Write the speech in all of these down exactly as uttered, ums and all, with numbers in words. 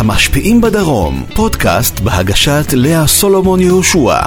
המשפיעים בדרום, פודקאסט בהגשת לאה סולומון יהושע.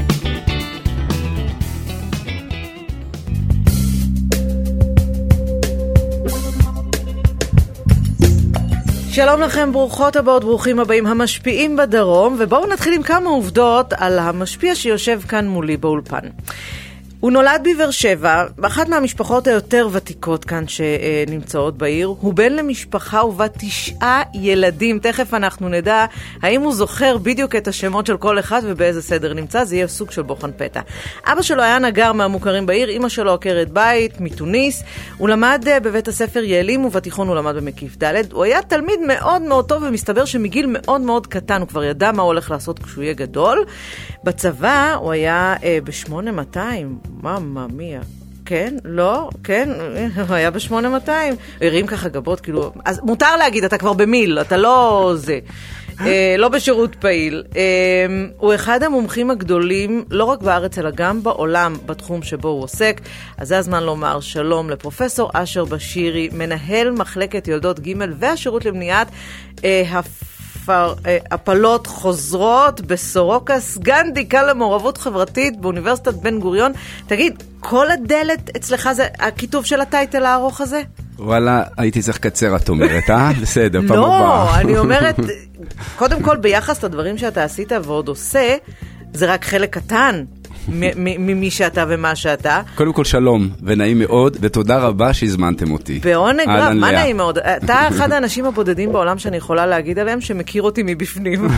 שלום לכם, ברוכות הבאות, ברוכים הבאים, המשפיעים בדרום, ובואו נתחיל עם כמה עובדות על המשפיע שיושב כאן מולי באולפן. הוא נולד בבאר שבע, באחת מהמשפחות היותר ותיקות כאן שנמצאות בעיר. הוא בן למשפחה ובת תשעה ילדים. תכף אנחנו נדע האם הוא זוכר בדיוק את השמות של כל אחד ובאיזה סדר נמצא. זה יהיה סוג של בוחן פתע. אבא שלו היה נגר מהמוכרים בעיר, אמא שלו עקרת בית מתוניס. הוא למד בבית הספר יעלים ובתיכון הוא למד במקיף ד'. הוא היה תלמיד מאוד מאוד טוב, ומסתבר שמגיל מאוד מאוד קטן הוא כבר ידע מה הוא הולך לעשות כשהוא יהיה גדול. בצבא הוא היה אה, ב-שמונה מאתיים. ממא מיה. כן? לא? כן? הוא היה ב-שמונה מאתיים. הרים ככה גבות, כאילו... אז מותר להגיד, אתה כבר במיל, אתה לא זה. אה, לא בשירות פעיל. אה, הוא אחד המומחים הגדולים, לא רק בארץ, אלא גם בעולם, בתחום שבו הוא עוסק. אז זה הזמן לומר שלום לפרופסור אשר בשירי, מנהל מחלקת יולדות ג' והשירות למניעת אה, הפ... הפלות חוזרות בסורוקה, סגן דיקן למעורבות חברתית באוניברסיטת בן גוריון. תגיד, כל הדלת אצלך זה הכיתוב של הטייטל הארוך הזה? וואלה, הייתי צריך קצר, את אומרת, אה? בסדר, פעם הבאה. לא, אני אומרת, קודם כל ביחס לדברים שאתה עשית ועוד עושה, זה רק חלק קטן ממי שאתה ומה שאתה. קודם כל שלום, ונעים מאוד, ותודה רבה שהזמנתם אותי. בעונג רב, מה נעים מאוד? אתה אחד האנשים הבודדים בעולם שאני יכולה להגיד עליהם, שמכיר אותי מבפנים.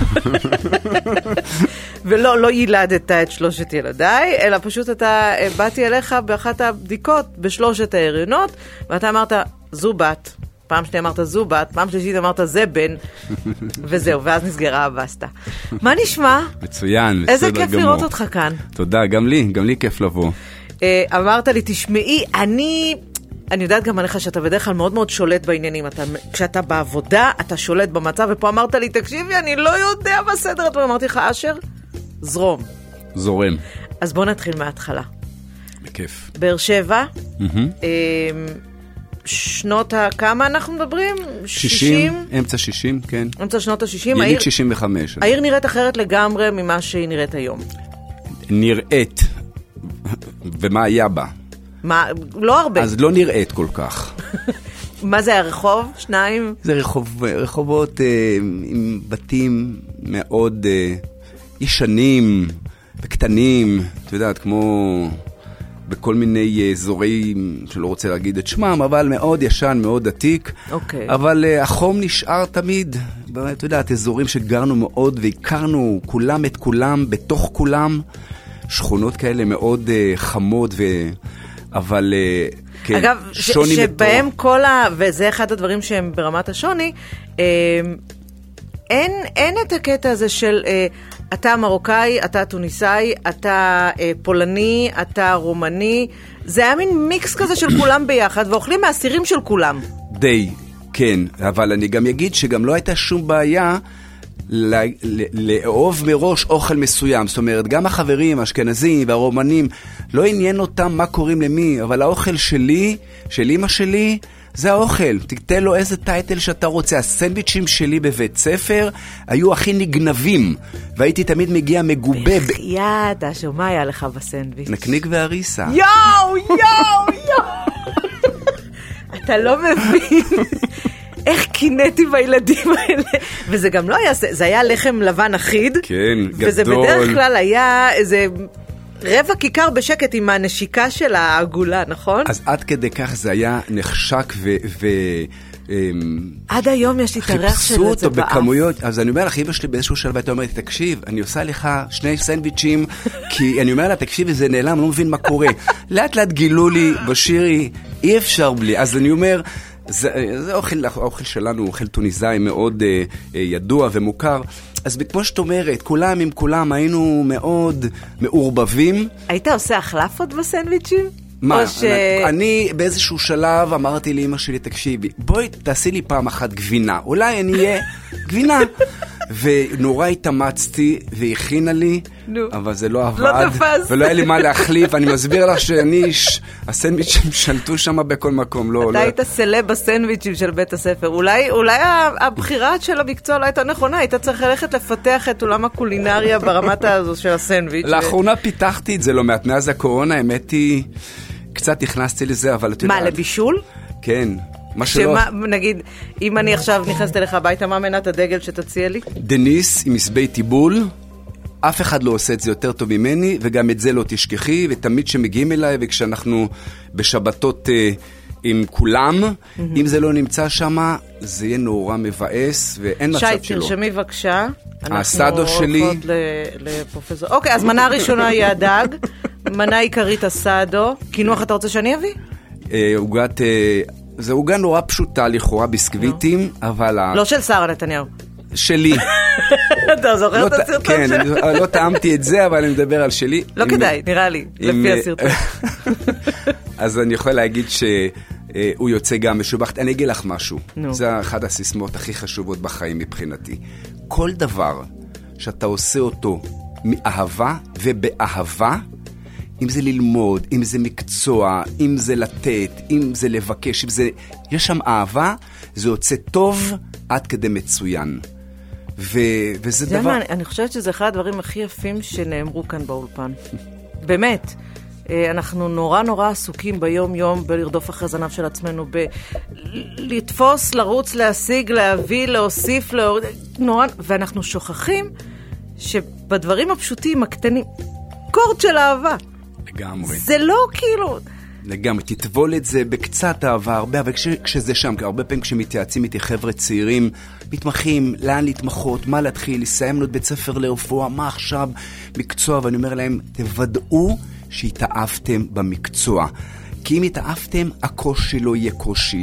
ולא, לא ילדת את שלושת ילדיי, אלא פשוט אתה, באתי אליך באחת הבדיקות, בשלושת ההריונות, ואתה אמרת, זו בת. פעם שני אמרת זו בת, פעם שלישית אמרת זה בן, וזהו, ואז נסגרה הבסטה. מה נשמע? מצוין, בסדר גמור. איזה כיף לראות אותך כאן. תודה, גם לי, גם לי כיף לבוא. אמרת לי, תשמעי, אני... אני יודעת גם עליך שאתה בדרך כלל מאוד מאוד שולט בעניינים. אתה, כשאתה בעבודה, אתה שולט במצב, ופה אמרת לי, תקשיבי, אני לא יודע בסדר. אתה אמרתי לך, אשר, זרום. זורם. אז בוא נתחיל מההתחלה. בכיף. באר שבע, שנות ה... כמה אנחנו מדברים? שישים, אמצע שישים, כן. אמצע שנות ה-שישים. יליד שישים וחמש. העיר נראית אחרת לגמרי ממה שהיא נראית היום. נראית. ומה היה בה? מה? לא הרבה. אז לא נראית כל כך. מה זה הרחוב? שניים? זה רחוב, רחובות אה, עם בתים מאוד אה, ישנים וקטנים, את יודעת, כמו... בכל מיני אזורים שלא רוצה להגיד את שמם, אבל מאוד ישן, מאוד עתיק. אוקיי. אבל uh, החום נשאר תמיד, אתה יודעת, אזורים שגרנו מאוד והכרנו כולם את כולם, בתוך כולם, שכונות כאלה מאוד uh, חמות, ו... אבל uh, כן, אגב, שוני ש- מטור. שבהם כל ה... וזה אחד הדברים שהם ברמת השוני, אה, אין, אין את הקטע הזה של... אה, אתה מרוקאי, אתה טוניסאי, אתה אה, פולני, אתה רומני. זה היה מין מיקס כזה של כולם ביחד, ואוכלים מהסירים של כולם. די, כן. אבל אני גם אגיד שגם לא הייתה שום בעיה לא, לאהוב מראש אוכל מסוים. זאת אומרת, גם החברים, האשכנזים והרומנים, לא עניין אותם מה קוראים למי, אבל האוכל שלי, של אמא שלי, זה האוכל. תתן לו איזה טייטל שאתה רוצה. הסנדוויצ'ים שלי בבית ספר היו הכי נגנבים, והייתי תמיד מגיע מגובה. בחייאת, אשר, מה היה לך בסנדוויץ'? נקניק והריסה. יואו, יואו, יואו. אתה לא מבין. איך קינאתי בילדים האלה. וזה גם לא היה, זה היה לחם לבן אחיד. כן, וזה גדול. וזה בדרך כלל היה איזה... רבע כיכר בשקט עם הנשיקה של העגולה, נכון? אז עד כדי כך זה היה נחשק ו... ו עד היום יש לי את הריח של חיפשו את זה אותו באף. בכמויות. אז אני אומר לך, אמא שלי באיזשהו שלב הייתה אומרת, תקשיב, אני עושה לך שני סנדוויצ'ים, כי אני אומר לה, תקשיב, זה נעלם, לא מבין מה קורה. לאט לאט גילו לי בשירי, אי אפשר בלי. אז אני אומר, זה, זה אוכל, האוכל שלנו, אוכל טוניסאי מאוד אה, אה, ידוע ומוכר. אז כמו שאת אומרת, כולם עם כולם היינו מאוד מעורבבים. היית עושה החלפות בסנדוויצ'ים? מה? ש... אני, אני באיזשהו שלב אמרתי לאמא שלי, תקשיבי, בואי תעשי לי פעם אחת גבינה. אולי אני אהיה גבינה. ונורא התאמצתי, והכינה לי, נו. אבל זה לא עבד. לא תפס. ולא היה לי מה להחליף, אני מסביר לך שאני, ש... הסנדוויצ'ים שלטו שם בכל מקום. לא, אתה לא... היית סלב בסנדוויצ'ים של בית הספר. אולי, אולי הבחירה של המקצוע לא הייתה נכונה, היית צריך ללכת לפתח את עולם הקולינריה ברמת הזו של הסנדוויץ'. לאחרונה פיתחתי את זה לא מעט, מאז הקורונה, האמת היא, קצת נכנסתי לזה, אבל... מה, לבישול? כן. מה שלא... שמה, נגיד, אם אני עכשיו נכנסת אליך הביתה, מה מנת הדגל שתציע לי? דניס עם מסבי טיבול, אף אחד לא עושה את זה יותר טוב ממני, וגם את זה לא תשכחי, ותמיד שמגיעים אליי, וכשאנחנו בשבתות אה, עם כולם, mm-hmm. אם זה לא נמצא שם, זה יהיה נורא מבאס, ואין מצב שלו. שי, תרשמי בבקשה. הסאדו שלי. אנחנו הולכות לפרופסור. אוקיי, אז מנה הראשונה היא הדג, מנה עיקרית הסאדו. קינוח אתה רוצה שאני אביא? אה, עוגת... אה, זה עוגה נורא פשוטה, לכאורה ביסקוויטים, אבל... לא של שרה נתניהו. שלי. אתה זוכר את הסרטון כן, שלו? לא טעמתי את זה, אבל אני מדבר על שלי. לא כדאי, נראה לי, לפי הסרטון. אז אני יכול להגיד שהוא יוצא גם משובחת. אני אגיד לך משהו. זה אחת הסיסמאות הכי חשובות בחיים מבחינתי. כל דבר שאתה עושה אותו מאהבה ובאהבה, אם זה ללמוד, אם זה מקצוע, אם זה לתת, אם זה לבקש, אם זה... יש שם אהבה, זה יוצא טוב עד כדי מצוין. ו... וזה דבר... מה, אני חושבת שזה אחד הדברים הכי יפים שנאמרו כאן באולפן. באמת. אנחנו נורא נורא עסוקים ביום יום בלרדוף אחרי זנב של עצמנו, בלתפוס, לרוץ, להשיג, להביא, להוסיף, להוריד, נורא... ואנחנו שוכחים שבדברים הפשוטים, הקטנים, קורד של אהבה. לגמרי. זה לא כאילו... לגמרי, תטבול את זה בקצת אהבה, הרבה, אבל כש, כשזה שם, הרבה פעמים כשמתייעצים איתי חבר'ה צעירים, מתמחים, לאן להתמחות, מה להתחיל, לסיים את בית ספר לרפואה, מה עכשיו, מקצוע, ואני אומר להם, תוודאו שהתאהבתם במקצוע. כי אם התאהבתם, הקושי לא יהיה קושי,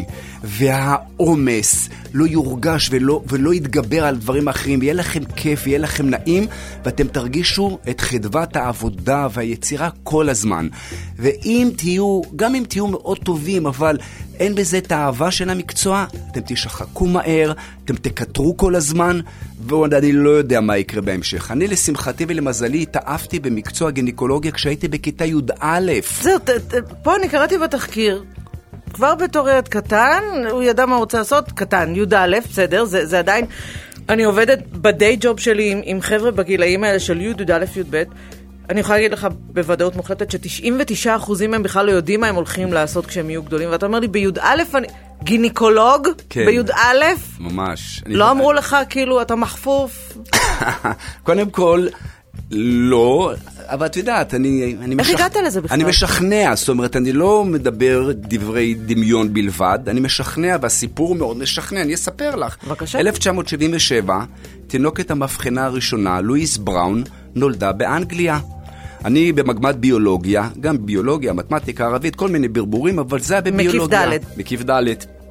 והעומס לא יורגש ולא, ולא יתגבר על דברים אחרים, יהיה לכם כיף, יהיה לכם נעים, ואתם תרגישו את חדוות העבודה והיצירה כל הזמן. ואם תהיו, גם אם תהיו מאוד טובים, אבל אין בזה את האהבה של המקצוע, אתם תשחקו מהר, אתם תקטרו כל הזמן, ואני לא יודע מה יקרה בהמשך. אני לשמחתי ולמזלי התאהבתי במקצוע גינקולוגיה כשהייתי בכיתה י' א'. זהו, פה אני קראתי בתחקיר, כבר בתור ילד קטן, הוא ידע מה הוא רוצה לעשות, קטן, י' א', בסדר, זה, זה עדיין, אני עובדת בדיי ג'וב שלי עם, עם חבר'ה בגילאים האלה של י' א', י' ב', אני יכולה להגיד לך בוודאות מוחלטת ש-תשעים ותשעה אחוז מהם בכלל לא יודעים מה הם הולכים לעשות כשהם יהיו גדולים, ואתה אומר לי, בי' א', אני... גינקולוג, כן. בי' א', ממש. לא אמרו לך כאילו אתה מחפוף? קודם כל, לא, אבל את יודעת, אני... אני איך משכ... הגעת לזה בכלל? אני משכנע, זאת אומרת, אני לא מדבר דברי דמיון בלבד, אני משכנע, והסיפור מאוד משכנע, אני אספר לך. בבקשה. אלף תשע מאות שבעים ושבע, תינוקת המבחנה הראשונה, לואיס בראון, נולדה באנגליה. אני במגמת ביולוגיה, גם ביולוגיה, מתמטיקה, ערבית, כל מיני ברבורים, אבל זה היה בביולוגיה. מקיף ד'. מקיף ד'.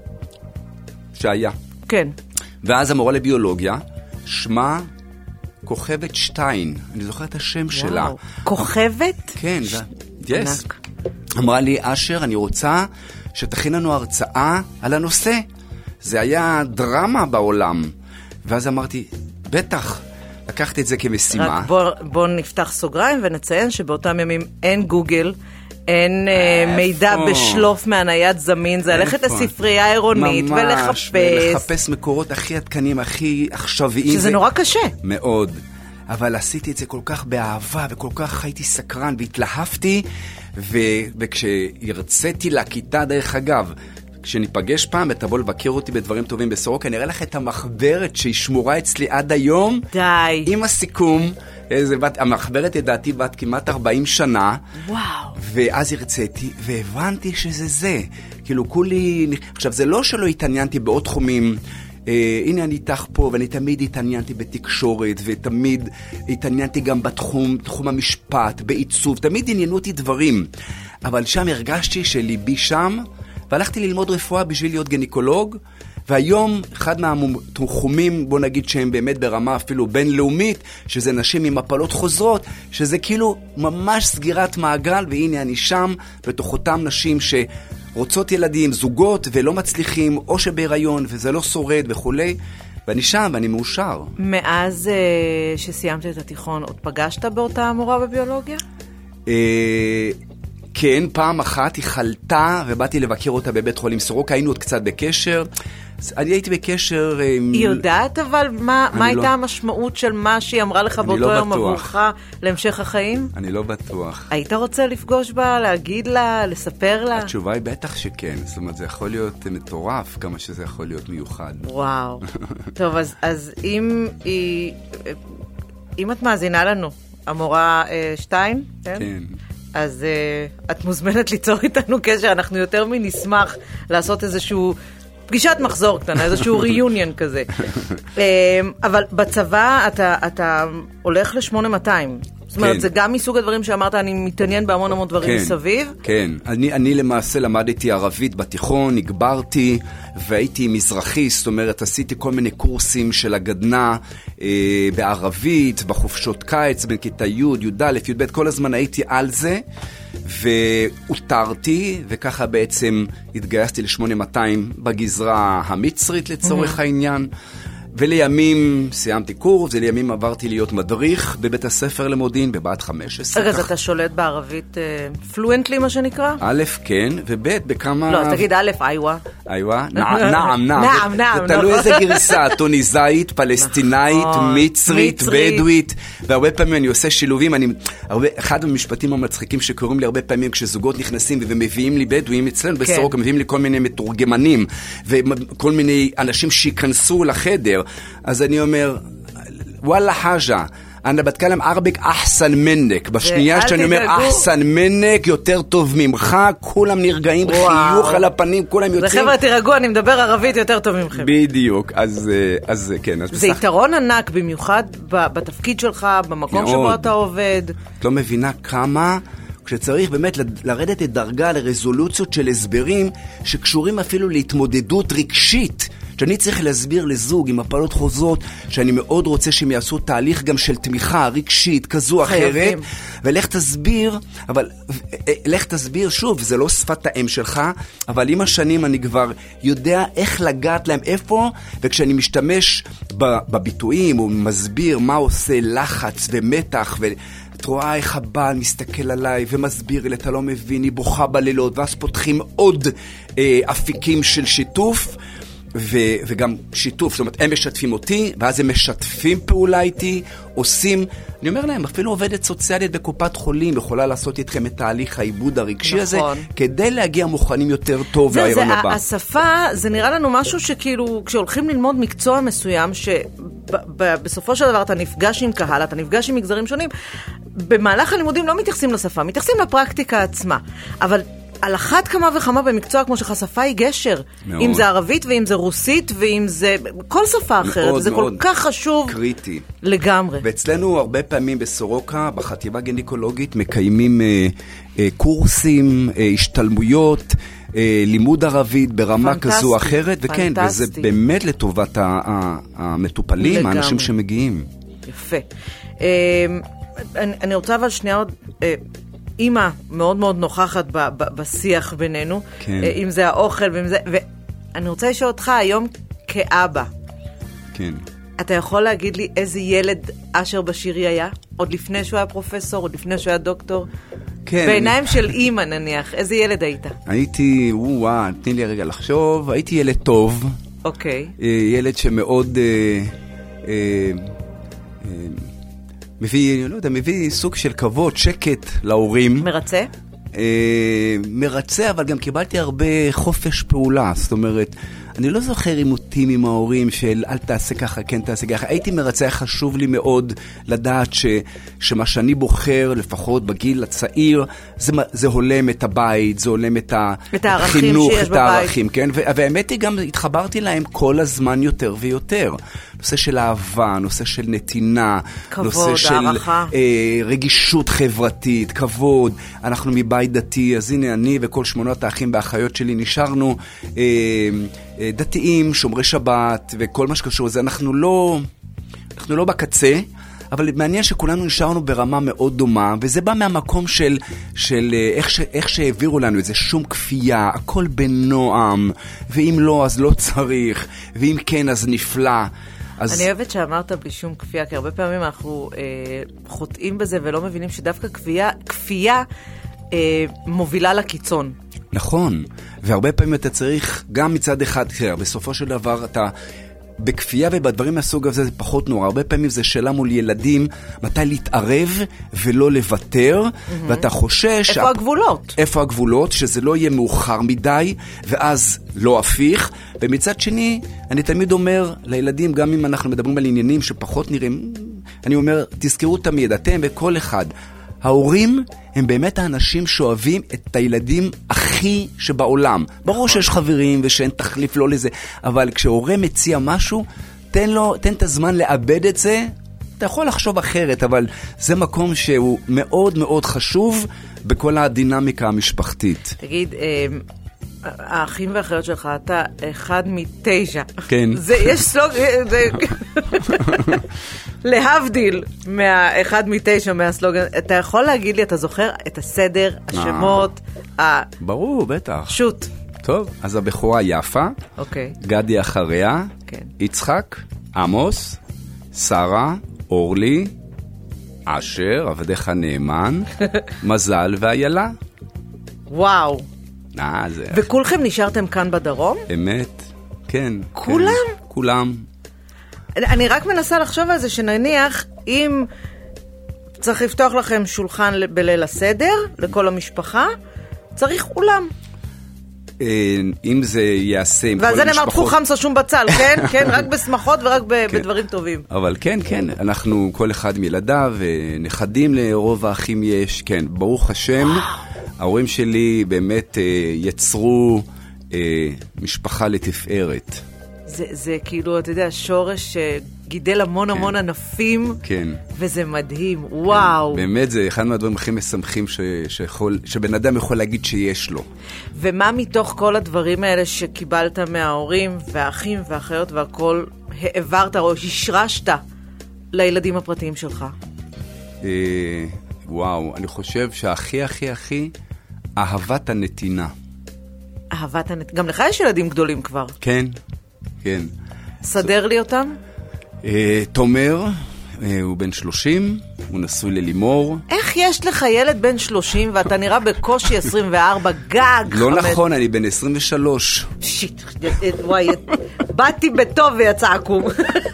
שהיה. כן. ואז המורה לביולוגיה, שמה כוכבת שטיין. אני זוכר את השם שלה. כוכבת? כן, זה... yes. אמרה לי, אשר, אני רוצה שתכין לנו הרצאה על הנושא. זה היה דרמה בעולם. ואז אמרתי, בטח. לקחתי את זה כמשימה. רק בוא, בוא נפתח סוגריים ונציין שבאותם ימים אין גוגל, אין אה, מידע בשלוף מהנייד זמין, זה ללכת לספרייה עירונית ולחפש. ולחפש מקורות הכי עדכניים, הכי עכשוויים. שזה נורא קשה. מאוד. אבל עשיתי את זה כל כך באהבה, וכל כך הייתי סקרן, והתלהבתי, ו... וכשהרציתי לכיתה דרך אגב, כשניפגש פעם ותבוא לבקר אותי בדברים טובים בסורוקה, אני אראה לך את המחברת שהיא שמורה אצלי עד היום. די. עם הסיכום, איזה בת, המחברת ידעתי בת כמעט ארבעים שנה. וואו. ואז הרציתי, והבנתי שזה זה. כאילו כולי... עכשיו, זה לא שלא התעניינתי בעוד תחומים. אה, הנה אני איתך פה, ואני תמיד התעניינתי בתקשורת, ותמיד התעניינתי גם בתחום, תחום המשפט, בעיצוב. תמיד עניינו אותי דברים. אבל שם הרגשתי שליבי שם, והלכתי ללמוד רפואה בשביל להיות גינקולוג, והיום אחד מהתחומים, בוא נגיד שהם באמת ברמה אפילו בינלאומית, שזה נשים עם הפלות חוזרות, שזה כאילו ממש סגירת מעגל, והנה אני שם, בתוך אותם נשים שרוצות ילדים, זוגות, ולא מצליחים, או שבהיריון, וזה לא שורד וכו'. ואני שם, ואני מאושר. מאז uh, שסיימת את התיכון, עוד פגשת באותה מורה בביולוגיה? Uh, כן, פעם אחת היא חלתה, ובאתי לבקר אותה בבית חולים סורוקה, היינו עוד קצת בקשר. אני הייתי בקשר... היא יודעת אבל מה, מה הייתה לא... המשמעות של מה שהיא אמרה לך באותו לא יום עבורך להמשך החיים? אני לא בטוח. היית רוצה לפגוש בה, להגיד לה, לספר לה? התשובה היא בטח שכן. זאת אומרת, זה יכול להיות מטורף, כמה שזה יכול להיות מיוחד. וואו. טוב, אז, אז אם היא... אם את מאזינה לנו, המורה אה, שתיים, כן? כן. אז uh, את מוזמנת ליצור איתנו קשר, אנחנו יותר מנשמח לעשות איזשהו פגישת מחזור קטנה, איזשהו ריוניון כזה. um, אבל בצבא אתה, אתה הולך ל-שמונה מאתיים. זאת אומרת, כן. זה גם מסוג הדברים שאמרת, אני מתעניין בהמון המון דברים כן, מסביב. כן, אני, אני למעשה למדתי ערבית בתיכון, נגברתי, והייתי מזרחי, זאת אומרת, עשיתי כל מיני קורסים של הגדנה אה, בערבית, בחופשות קיץ, בין כיתה י', י' א', י' ב', כל הזמן הייתי על זה, ואותרתי, וככה בעצם התגייסתי ל-שמונה מאתיים בגזרה המצרית לצורך mm-hmm. העניין, ולימים סיימתי קורס, ולימים עברתי להיות מדריך בבית הספר למודיעין, בבה"ד חמש עשרה. רגע, אז אתה שולט בערבית פלואנטלי, מה שנקרא? א', כן, וב', בכמה... לא, אז תגיד א', איווה. איווה? נעם, נעם. נעם, נעם. זה תלוי איזה גרסה, טוניסאית, פלסטינאית, מצרית, בדואית, והרבה פעמים אני עושה שילובים, אני... אחד המשפטים המצחיקים שקוראים לי הרבה פעמים, כשזוגות נכנסים ומביאים לי בדואים, אצלנו בסורוקה, מביאים לי כל מיני מתורגמנים, וכל מיני אנשים שיכנסו לחדר, אז אני אומר, וואלה חאג'ה, אני בתקלם ערביק אחסן מנק. בשנייה שאני אומר אחסן מנק, יותר טוב ממך, כולם נרגעים, חיוך על הפנים, כולם יוצאים. זה חבר'ה, תירגעו, אני מדבר ערבית יותר טוב ממכם. בדיוק, אז, אז כן. אז זה בסך... יתרון ענק, במיוחד בתפקיד שלך, במקום מאוד. שבו אתה עובד. את לא מבינה כמה... כשצריך באמת לרדת את דרגה לרזולוציות של הסברים שקשורים אפילו להתמודדות רגשית, שאני צריך להסביר לזוג עם הפעלות חוזרות, שאני מאוד רוצה שהם יעשו תהליך גם של תמיכה רגשית כזו אחרת, ולך תסביר, אבל לך תסביר שוב, זה לא שפת האם שלך, אבל עם השנים אני כבר יודע איך לגעת להם איפה, וכשאני משתמש בביטויים או מסביר מה עושה לחץ ומתח ו... את רואה איך הבעל מסתכל עליי ומסביר לי, אתה לא מבין, היא בוכה בלילות, ואז פותחים עוד אה, אפיקים של שיתוף, ו, וגם שיתוף, זאת אומרת, הם משתפים אותי, ואז הם משתפים פעולה איתי, עושים, אני אומר להם, אפילו עובדת סוציאלית בקופת חולים, יכולה לעשות איתכם את תהליך העיבוד הרגשי נכון. הזה, כדי להגיע מוכנים יותר טוב להיריון הבא. השפה, זה נראה לנו משהו שכאילו, כשהולכים ללמוד מקצוע מסוים, שבסופו של דבר אתה נפגש עם קהל, אתה נפגש עם מגזרים שונים, במהלך הלימודים לא מתייחסים לשפה, מתייחסים לפרקטיקה עצמה, אבל על אחת כמה וכמה במקצוע כמו שלך, שפה היא גשר. מאוד. אם זה ערבית ואם זה רוסית ואם זה כל שפה אחרת. מאוד, זה מאוד כל כך חשוב. קריטי. לגמרי. ואצלנו הרבה פעמים בסורוקה, בחטיבה גינקולוגית, מקיימים אה, אה, קורסים, אה, השתלמויות, אה, לימוד ערבית ברמה פנטסטי, כזו או אחרת. וכן, פנטסטי. וזה באמת לטובת המטופלים, לגמרי. האנשים שמגיעים. יפה. אה, אני, אני רוצה אבל שנייה עוד... אה, אימא מאוד מאוד נוכחת ב- ב- בשיח בינינו, כן. אם זה האוכל ואם זה... ואני רוצה לשאול אותך היום כאבא. כן. אתה יכול להגיד לי איזה ילד אשר בשירי היה? עוד לפני שהוא היה פרופסור, עוד לפני שהוא היה דוקטור? כן. בעיניים של אימא נניח, איזה ילד היית? הייתי, וואו, תני לי רגע לחשוב, הייתי ילד טוב. אוקיי. ילד שמאוד... אה, אה, אה, מביא, לא יודע, מביא סוג של כבוד, שקט להורים. מרצה? אה, מרצה, אבל גם קיבלתי הרבה חופש פעולה. זאת אומרת, אני לא זוכר עימותים עם ההורים של אל תעשה ככה, כן תעשה ככה. הייתי מרצה, חשוב לי מאוד לדעת ש, שמה שאני בוחר, לפחות בגיל הצעיר, זה, זה הולם את הבית, זה הולם את, ה, את החינוך, את הערכים, כן? והאמת היא גם, התחברתי להם כל הזמן יותר ויותר. נושא של אהבה, נושא של נתינה, כבוד, נושא של אה, רגישות חברתית, כבוד. אנחנו מבית דתי, אז הנה אני וכל שמונות האחים והאחיות שלי נשארנו אה, אה, דתיים, שומרי שבת וכל מה שקשור לזה. אנחנו לא, אנחנו לא בקצה, אבל מעניין שכולנו נשארנו ברמה מאוד דומה, וזה בא מהמקום של, של איך, ש, איך שהעבירו לנו את זה, שום כפייה, הכל בנועם, ואם לא אז לא צריך, ואם כן אז נפלא. אז... אני אוהבת שאמרת בלי שום כפייה, כי הרבה פעמים אנחנו אה, חוטאים בזה ולא מבינים שדווקא כפייה, כפייה אה, מובילה לקיצון. נכון, והרבה פעמים אתה צריך, גם מצד אחד, בסופו של דבר אתה... בכפייה ובדברים מהסוג הזה זה פחות נורא. הרבה פעמים זה שאלה מול ילדים, מתי להתערב ולא לוותר, mm-hmm. ואתה חושש... איפה שה... הגבולות? איפה הגבולות, שזה לא יהיה מאוחר מדי, ואז לא הפיך. ומצד שני, אני תמיד אומר לילדים, גם אם אנחנו מדברים על עניינים שפחות נראים, אני אומר, תזכרו תמיד, אתם וכל אחד, ההורים הם באמת האנשים שאוהבים את הילדים הכי שבעולם. ברור שיש חברים ושאין תחליף לא לזה, אבל כשהורה מציע משהו, תן לו, תן את הזמן לאבד את זה. אתה יכול לחשוב אחרת, אבל זה מקום שהוא מאוד מאוד חשוב בכל הדינמיקה המשפחתית. תגיד, האחים והאחיות שלך, אתה אחד מתשע. כן. זה, יש סלוג... זה... להבדיל מהאחד מתשע מהסלוגן, אתה יכול להגיד לי, אתה זוכר את הסדר, השמות, ה... ברור, בטח. שוט. טוב, אז הבחורה יפה, אוקיי. גדי אחריה, כן. יצחק, עמוס, שרה, אורלי, אשר, עבדך נאמן, מזל ואיילה. וואו. אה, זה... וכולכם נשארתם כאן בדרום? אמת, כן. כולם? כן, כולם. אני רק מנסה לחשוב על זה שנניח, אם צריך לפתוח לכם שולחן בליל הסדר, לכל המשפחה, צריך אולם. אם זה יעשה עם כל המשפחות... ואז זה נאמר, קחו חמסה שום בצל, כן? כן, רק בשמחות ורק בדברים טובים. אבל כן, כן, אנחנו כל אחד מילדיו, נכדים לרוב האחים יש, כן, ברוך השם, ההורים שלי באמת יצרו משפחה לתפארת. זה, זה כאילו, אתה יודע, שורש שגידל המון כן. המון ענפים, כן. וזה מדהים, וואו. כן. באמת זה אחד מהדברים הכי משמחים ש, שיכול, שבן אדם יכול להגיד שיש לו. ומה מתוך כל הדברים האלה שקיבלת מההורים והאחים והאחיות והכל, העברת או השרשת לילדים הפרטיים שלך? אה, וואו, אני חושב שהכי הכי הכי אהבת הנתינה. אהבת הנתינה. גם לך יש ילדים גדולים כבר. כן. כן. סדר לי אותם? תומר, הוא בן שלושים, הוא נשוי ללימור. איך יש לך ילד בן שלושים ואתה נראה בקושי עשרים וארבע גג? לא נכון, אני בן עשרים ושלוש. שיט, וואי, באתי בטוב ויצא עקום.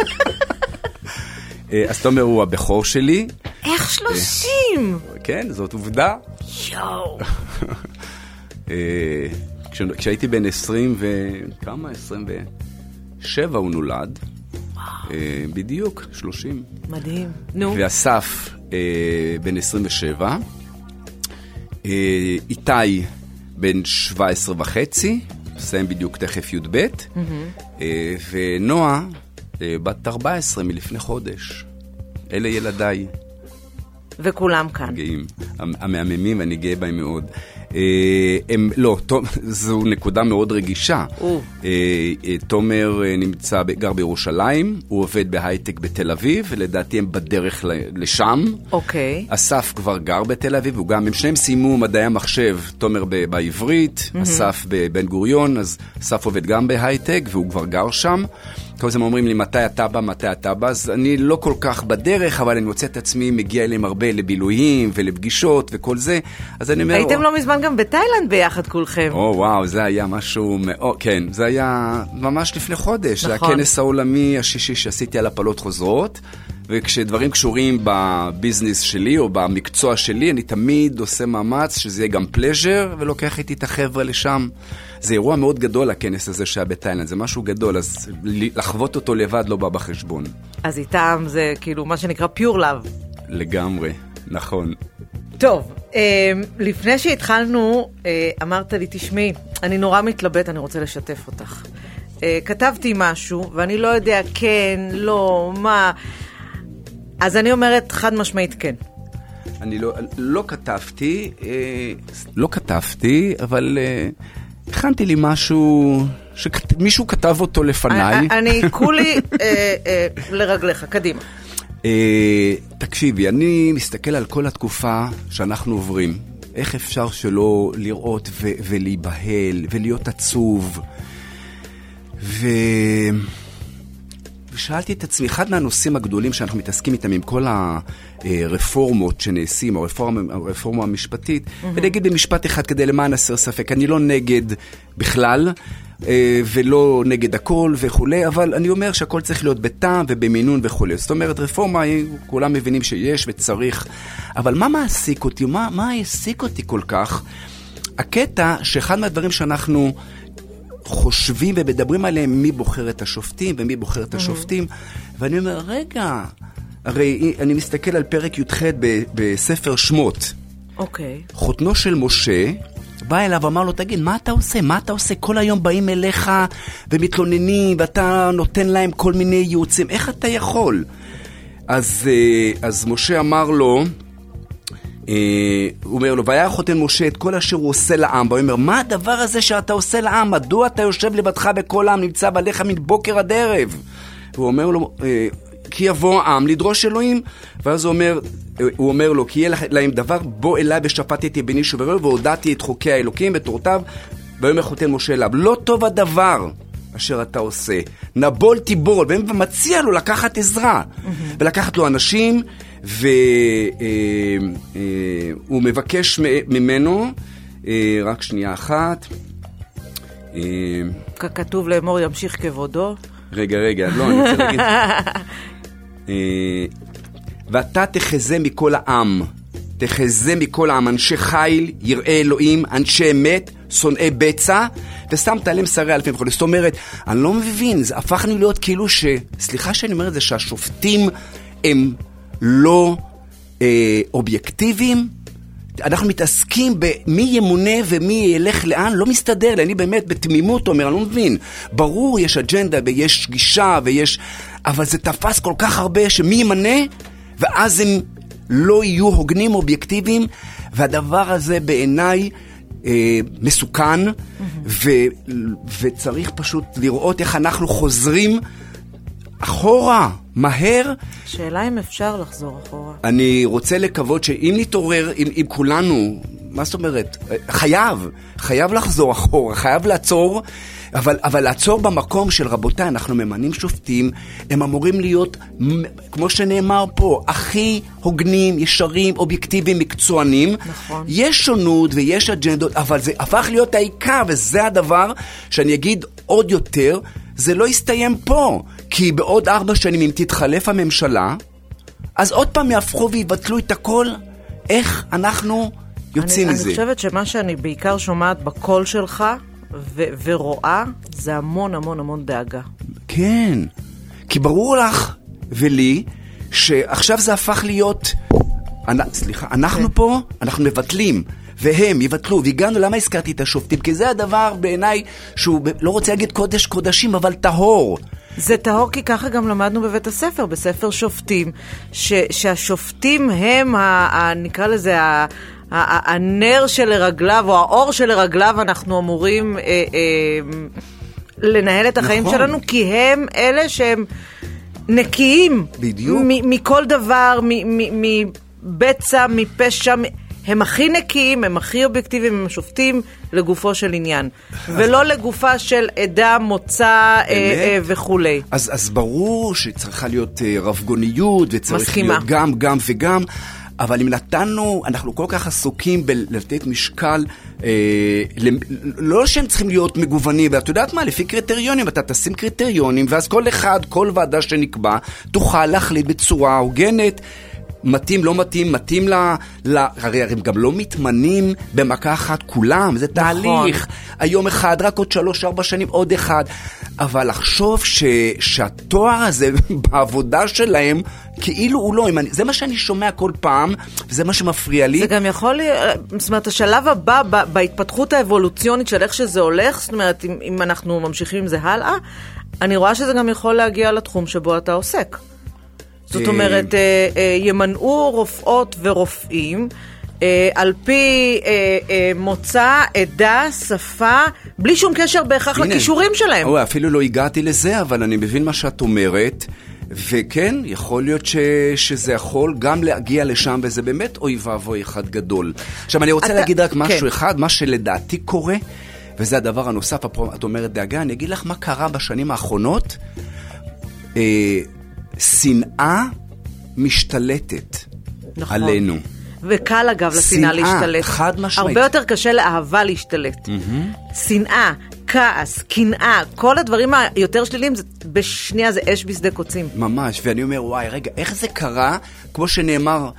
אז תומר הוא הבכור שלי. איך שלושים? כן, זאת עובדה. יואו. כשהייתי בן עשרים וכמה? עשרים ושבע הוא נולד. בדיוק, שלושים. מדהים. נו. ואסף בן עשרים ושבע. איתי בן שבע עשרה וחצי. מסיים בדיוק תכף י' ב'. ונועה בת ארבע עשרה מלפני חודש. אלה ילדיי. וכולם כאן. גאים. המאממים, ואני גאה בהם מאוד. הם, לא, זו נקודה מאוד רגישה. תומר נמצא, גר בירושלים, הוא עובד בהייטק בתל אביב, ולדעתי הם בדרך לשם. אוקיי. אסף כבר גר בתל אביב, הוא גם, הם שניהם סיימו מדעי המחשב, תומר בעברית, אסף בבן גוריון, אז אסף עובד גם בהייטק, והוא כבר גר שם. כל הזמן אומרים לי, מתי אתה בא, מתי אתה בא, אז אני לא כל כך בדרך, אבל אני מוצא את עצמי, מגיע אליהם הרבה לבילויים ולפגישות וכל זה, אז אני אומר... הייתם לא מזמן גם בתאילנד ביחד כולכם. או וואו, זה היה משהו מאוד, כן, זה היה ממש לפני חודש, זה הכנס העולמי השישי שעשיתי על הפלות חוזרות, וכשדברים קשורים בביזנס שלי או במקצוע שלי, אני תמיד עושה מאמץ שזה יהיה גם פלז'ר, ולוקח איתי את החבר'ה לשם. זה אירוע מאוד גדול, הכנס הזה שהיה בתאילנד, זה משהו גדול, אז לחוות אותו לבד לא בא בחשבון. אז איתם זה כאילו מה שנקרא פיור לב. לגמרי, נכון. טוב, לפני שהתחלנו, אמרת לי, תשמעי, אני נורא מתלבט, אני רוצה לשתף אותך. כתבתי משהו, ואני לא יודע כן, לא, מה... אז אני אומרת חד משמעית כן. אני לא, לא כתבתי, לא כתבתי, אבל הכנתי לי משהו, שמישהו כתב אותו לפניי. אני כולי לרגליך, קדימה. אה, תקשיבי, אני מסתכל על כל התקופה שאנחנו עוברים. איך אפשר שלא לראות ו- ולהיבהל ולהיות עצוב? ו... ושאלתי את עצמי, אחד מהנושאים הגדולים שאנחנו מתעסקים איתם עם כל הרפורמות שנעשים, או הרפורמה, הרפורמה המשפטית, mm-hmm. ואני אגיד במשפט אחד כדי למען הסר ספק, אני לא נגד בכלל, ולא נגד הכל וכו', אבל אני אומר שהכל צריך להיות בטעם ובמינון וכו'. זאת אומרת, רפורמה, כולם מבינים שיש וצריך, אבל מה מעסיק אותי? מה, מה העסיק אותי כל כך? הקטע שאחד מהדברים שאנחנו חושבים ומדברים עליהם, מי בוחר את השופטים ומי בוחר את השופטים, ואני אומר, רגע, הרי אני מסתכל על פרק י"ח בספר שמות. אוקיי. חותנו של משה בא אליו ואמר לו, תגיד, מה אתה עושה? מה אתה עושה? כל היום באים אליך ומתלוננים, ואתה נותן להם כל מיני ייעוצים. איך אתה יכול? אז, אז משה אמר לו, הוא אומר לו, והיה חותן משה את כל אשר הוא עושה לעם. והוא אומר, מה הדבר הזה שאתה עושה לעם? מדוע אתה יושב לבדך בכל העם, נמצא עליך מבוקר עד ערב? והוא אומר לו, כי יבוא העם לדרוש אלוהים. ואז הוא אומר, הוא אומר לו, כי יהיה להם דבר, בוא אליי ושפטתי בני שוברו, והודעתי את חוקי האלוקים ותורותיו. ויאמר חותן משה אליו, לא טוב הדבר אשר אתה עושה, נבול תיבול. ומציע לו לקחת עזרה, ולקחת לו אנשים, והוא מבקש ממנו, רק שנייה אחת, ככתוב לאמור ימשיך כבודו. רגע, רגע, לא, אני רוצה להגיד. ואתה תחזה מכל העם, תחזה מכל העם, אנשי חיל, יראי אלוהים, אנשי אמת, שונאי בצע, ושמת עליהם שרי אלפים וכו'. זאת אומרת, אני לא מבין, זה הפכנו להיות כאילו ש... סליחה שאני אומר את זה, שהשופטים הם לא אה, אובייקטיביים. אנחנו מתעסקים במי ימונה ומי ילך לאן, לא מסתדר לי, אני באמת בתמימות אומר, אני לא מבין. ברור, יש אג'נדה ויש גישה ויש... אבל זה תפס כל כך הרבה שמי ימנה, ואז הם לא יהיו הוגנים אובייקטיביים, והדבר הזה בעיניי אה, מסוכן, mm-hmm. ו, וצריך פשוט לראות איך אנחנו חוזרים אחורה, מהר. שאלה אם אפשר לחזור אחורה. אני רוצה לקוות שאם נתעורר, אם, אם כולנו, מה זאת אומרת? חייב, חייב לחזור אחורה, חייב לעצור, אבל, אבל לעצור במקום של רבותיי, אנחנו ממנים שופטים, הם אמורים להיות, כמו שנאמר פה, הכי הוגנים, ישרים, אובייקטיביים, מקצוענים. נכון. יש שונות ויש אג'נדות, אבל זה הפך להיות העיקר, וזה הדבר שאני אגיד עוד יותר, זה לא יסתיים פה, כי בעוד ארבע שנים אם תתחלף הממשלה, אז עוד פעם יהפכו ויבטלו את הכל. איך אנחנו יוצאים אני, מזה? אני חושבת שמה שאני בעיקר שומעת בקול שלך ו- ורואה, זה המון המון המון דאגה. כן, כי ברור לך ולי שעכשיו זה הפך להיות, אני, סליחה, אנחנו כן. פה, אנחנו מבטלים. והם יבטלו, והגענו, למה הזכרתי את השופטים? כי זה הדבר בעיניי שהוא לא רוצה להגיד קודש קודשים, אבל טהור. זה טהור כי ככה גם למדנו בבית הספר, בספר שופטים, ש, שהשופטים הם, ה, ה, נקרא לזה, ה, ה, הנר שלרגליו, או האור שלרגליו, אנחנו אמורים אה, אה, לנהל את החיים נכון. שלנו, כי הם אלה שהם נקיים. בדיוק. מ, מכל דבר, מבצע, מפשע, מ... הם הכי נקיים, הם הכי אובייקטיביים, הם שופטים לגופו של עניין, ולא לגופה של עדה, מוצא אה, אה, וכו'. אז, אז ברור שצריכה להיות אה, רבגוניות, וצריך מסכימה. להיות גם, גם וגם, אבל אם נתנו, אנחנו כל כך עסוקים בלתת משקל, אה, לא שהם צריכים להיות מגוונים, ואת יודעת מה, לפי קריטריונים, אתה תשים קריטריונים, ואז כל אחד, כל ועדה שנקבע, תוכל להחליט בצורה הוגנת, מתאים, לא מתאים, מתאים לה, לה הרי הם גם לא מתמנים במכה אחת כולם, זה תהליך. נכון. היום אחד, רק עוד שלוש, ארבע שנים, עוד אחד. אבל לחשוב ש, שהתואר הזה בעבודה שלהם, כאילו הוא לא, זה מה שאני שומע כל פעם, וזה מה שמפריע לי. זה גם יכול, זאת אומרת, השלב הבא בהתפתחות האבולוציונית של איך שזה הולך, זאת אומרת, אם, אם אנחנו ממשיכים עם זה הלאה, אני רואה שזה גם יכול להגיע לתחום שבו אתה עוסק. זאת אומרת, ימנעו רופאות ורופאים על פי מוצא, עדה, שפה, בלי שום קשר בהכרח לכישורים שלהם. אפילו לא הגעתי לזה, אבל אני מבין מה שאת אומרת, וכן, יכול להיות ש, שזה יכול גם להגיע לשם, וזה באמת אוי ואבוי אחד גדול. עכשיו, אני רוצה אתה, להגיד רק משהו כן. אחד, מה שלדעתי קורה, וזה הדבר הנוסף, את אומרת דאגה, אני אגיד לך מה קרה בשנים האחרונות, אה, שנאה משתלטת נכון. עלינו. וקל אגב לשנאה להשתלט. חד משמעית. הרבה יותר קשה לאהבה להשתלט. Mm-hmm. שנאה, כעס, קנאה, כל הדברים היותר שליליים, זה, בשנייה זה אש בשדה קוצים. ממש, ואני אומר, וואי, רגע, איך זה קרה? כמו שנאמר,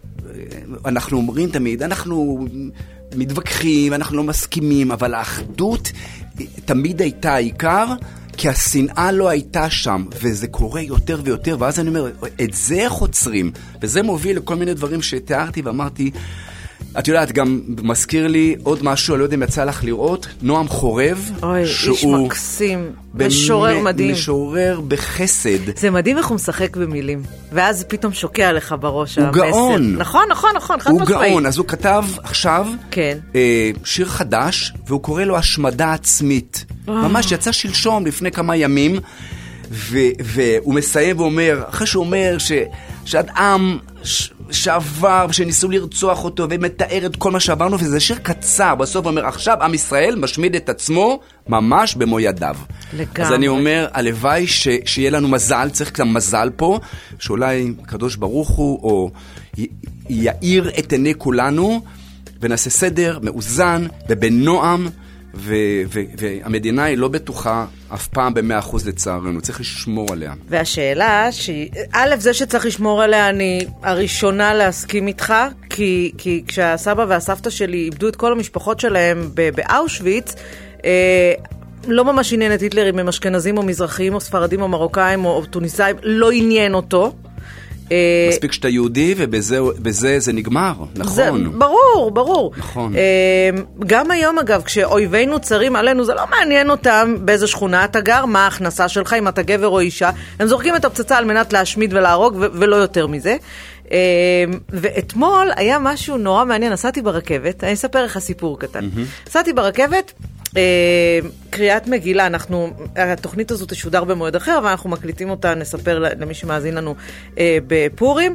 אנחנו אומרים תמיד, אנחנו מתווכחים, אנחנו לא מסכימים, אבל האחדות תמיד הייתה העיקר, כי השנאה לא הייתה שם, וזה קורה יותר ויותר, ואז אני אומר, את זה איך עוצרים? וזה מוביל לכל מיני דברים שתיארתי ואמרתי, את יודעת, גם מזכיר לי עוד משהו, אני לא יודע אם יצא לך לראות, נועם חורב, אוי, איש מקסים, משורר מדהים. משורר בחסד. זה מדהים איך הוא משחק במילים, ואז פתאום שוקע לך בראש הוא המסר. גאון. נכון, נכון, נכון, חד הוא משמעית. גאון, אז הוא כתב עכשיו כן. אה, שיר חדש, והוא קורא לו השמדה עצמית. ממש יצא שלשום לפני כמה ימים, ו- והוא מסיים ואומר, אחרי שהוא אומר ש- שאדם ש- שעבר ושניסו לרצוח אותו ומתאר את כל מה שעברנו, וזה שיר קצר, בסוף הוא אומר, עכשיו עם ישראל משמיד את עצמו ממש במו ידיו. לגמרי. אז אני אומר, הלוואי ש- שיהיה לנו מזל, צריך גם מזל פה, שאולי הקדוש ברוך הוא או י- יאיר את עיני כולנו, ונעשה סדר מאוזן ובנועם, ו- ו- והמדינה היא לא בטוחה אף פעם במאה אחוז לצערנו, צריך לשמור עליה. והשאלה שהיא, א', זה שצריך לשמור עליה, אני הראשונה להסכים איתך, כי, כי כשהסבא והסבתא שלי איבדו את כל המשפחות שלהם באושוויץ, אה, לא ממש עניין את היטלר אם הם אשכנזים או מזרחיים או ספרדים או מרוקאים או טוניסאים, לא עניין אותו. מספיק שאתה יהודי ובזה זה נגמר, נכון. זה, ברור, ברור. נכון. גם היום אגב, כשאויבינו צרים עלינו, זה לא מעניין אותם באיזה שכונה אתה גר, מה ההכנסה שלך, אם אתה גבר או אישה. הם זורקים את הפצצה על מנת להשמיד ולהרוג ו- ולא יותר מזה. ואתמול היה משהו נורא מעניין, נסעתי ברכבת, אני אספר לך סיפור קטן. נסעתי ברכבת, קריאת מגילה, אנחנו, התוכנית הזו תשודר במועד אחר, אבל אנחנו מקליטים אותה, נספר למי שמאזין לנו בפורים,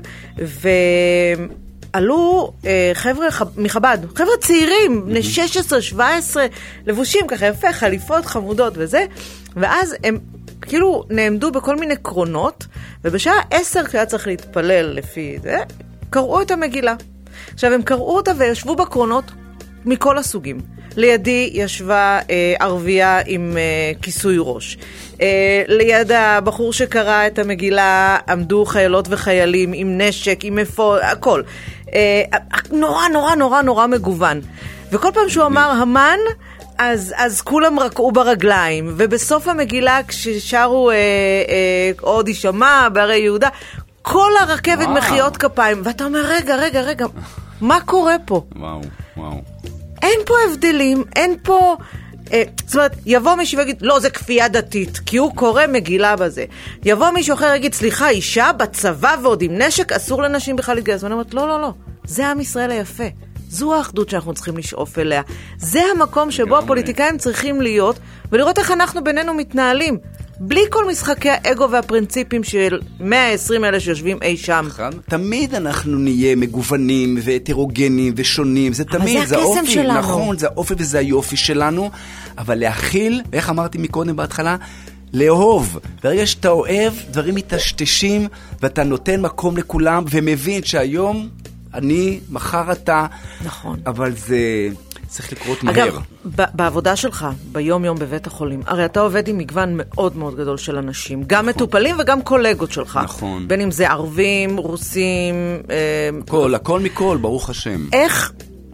ועלו חבר'ה מחב"ד, חבר'ה צעירים, בני שש עשרה שבע עשרה, לבושים ככה יפה, חליפות חמודות וזה, ואז הם כאילו נעמדו בכל מיני קרונות, ובשעה עשר כשהיה צריך להתפלל לפי זה, קראו את המגילה. עכשיו הם קראו אותה וישבו בקרונות מכל הסוגים. לידי ישבה אה, ערבייה עם אה, כיסוי ראש. אה, ליד הבחור שקרא את המגילה עמדו חיילות וחיילים עם נשק, עם אפוד, הכל. אה, נורא נורא נורא נורא מגוון. וכל פעם שהוא אמר המן, אז, אז כולם רקעו ברגליים. ובסוף המגילה כששרו אה, אה, עוד ישמע בערי יהודה, כל הרכבת מחיאות כפיים. ואתה אומר רגע רגע רגע, מה קורה פה? וואו וואו. אין פה הבדלים, אין פה... אה, זאת אומרת, יבוא מישהו ויגיד, לא, זה כפייה דתית, כי הוא קורא מגילה בזה. יבוא מישהו אחר ויגיד, סליחה, אישה בצבא ועוד עם נשק, אסור לנשים בכלל להתגייס. ואני אומרת, לא, לא, לא, זה עם ישראל היפה. זו האחדות שאנחנו צריכים לשאוף אליה. זה המקום שבו הפוליטיקאים צריכים להיות, ולראות איך אנחנו בינינו מתנהלים. בלי כל משחקי האגו והפרינציפים של מאה ועשרים אלה שיושבים אי שם. תמיד אנחנו נהיה מגוונים והטרוגנים ושונים, זה תמיד, זה הקסם שלנו. נכון, זה האופי וזה היופי שלנו, אבל להכיל, איך אמרתי מקודם בהתחלה, לאהוב. ברגע שאתה אוהב, דברים מתשתשים, ואתה נותן מקום לכולם, ומבין שהיום אני, מחר אתה, נכון. אבל זה... צריך לקרות מהר. אגב, בעבודה שלך, ביום יום בבית החולים, הרי אתה עובד עם מגוון מאוד מאוד גדול של אנשים, גם מטופלים וגם קולגות שלך. נכון. בין אם זה ערבים, רוסים... הכל, הכל מכל, ברוך השם. איך,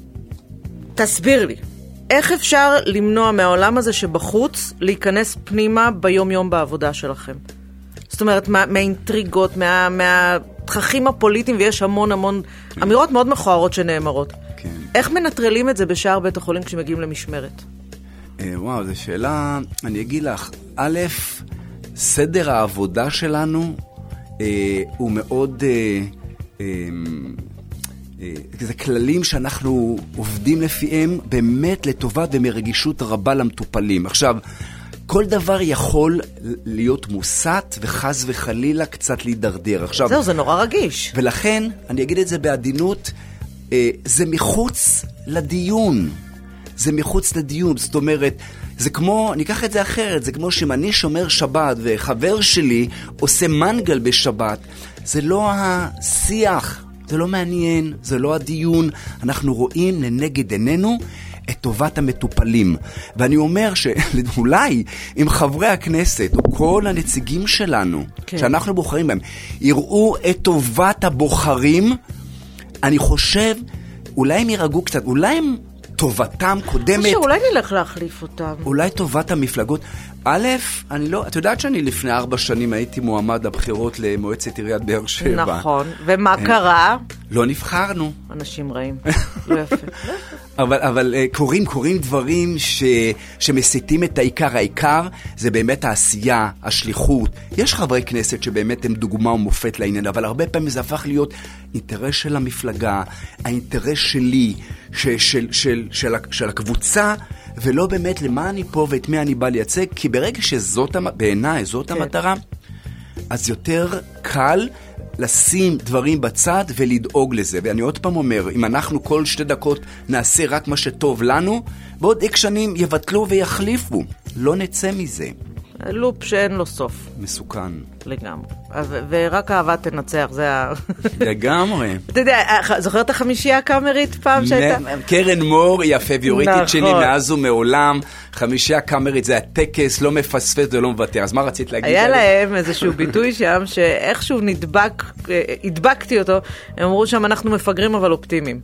תסביר לי, איך אפשר למנוע מהעולם הזה שבחוץ להיכנס פנימה ביום יום בעבודה שלכם? זאת אומרת, מה, מהאינטריגות, מה, מהתככים הפוליטיים, ויש המון המון אמירות מאוד מכוערות שנאמרות. כן. איך מנטרלים את זה בשער בית החולים כשמגיעים למשמרת? אה, וואו, זו שאלה, אני אגיד לך, א', סדר העבודה שלנו אה, הוא מאוד, אה, אה, אה, זה כללים שאנחנו עובדים לפיהם באמת לטובת ומרגישות רבה למטופלים. עכשיו, כל דבר יכול להיות מוסת וחס וחלילה קצת להידרדר. עכשיו, זהו, זה נורא רגיש. ולכן, אני אגיד את זה בעדינות, אה, זה מחוץ לדיון. זה מחוץ לדיון. זאת אומרת, זה כמו, אני אקח את זה אחרת, זה כמו שאם אני שומר שבת וחבר שלי עושה מנגל בשבת, זה לא השיח, זה לא מעניין, זה לא הדיון. אנחנו רואים לנגד עינינו את טובת המטופלים. ואני אומר שאולי אם חברי הכנסת או כל הנציגים שלנו, כן. שאנחנו בוחרים בהם, יראו את טובת הבוחרים, אני חושב, אולי הם ירגעו קצת, אולי הם טובתם קודמת. שאולי נלך להחליף אותם. אולי טובת המפלגות. א', אני לא, את יודעת שאני לפני ארבע שנים הייתי מועמד לבחירות למועצת עיריית באר שבע. נכון. ומה קרה? לא נבחרנו. אנשים רעים. לא יפה. אבל, אבל קוראים, קוראים דברים ש, שמסיתים את העיקר. העיקר זה באמת העשייה, השליחות. יש חברי כנסת שבאמת הם דוגמה ומופת לעניין, אבל הרבה פעמים זה הפך להיות אינטרס של המפלגה, האינטרס שלי, ש, של, של, של, של, של הקבוצה, ולא באמת למה אני פה ואת מי אני בא לייצג, כי ברגע שזאת, בעיניי, זאת כן. המטרה, אז יותר קל לשים דברים בצד ולדאוג לזה. ואני עוד פעם אומר, אם אנחנו כל שתי דקות נעשה רק מה שטוב לנו, בעוד איקס שנים יבטלו ויחליפו. לא נצא מזה. לופ שאין לו סוף. מסוכן. לגמרי. ורק אהבה תנצח, זה ה... לגמרי. אתה יודע, זוכר את החמישייה הקאמרית פעם שהייתה? קרן מור היא הפביוריטית שלי מאז ומעולם. חמישייה הקאמרית זה הטקס, לא מפספס ולא מוותר. אז מה רצית להגיד? היה להם איזשהו ביטוי שם, שאיכשהו נדבק, הדבקתי אותו, הם אמרו שם אנחנו מפגרים אבל אופטימיים.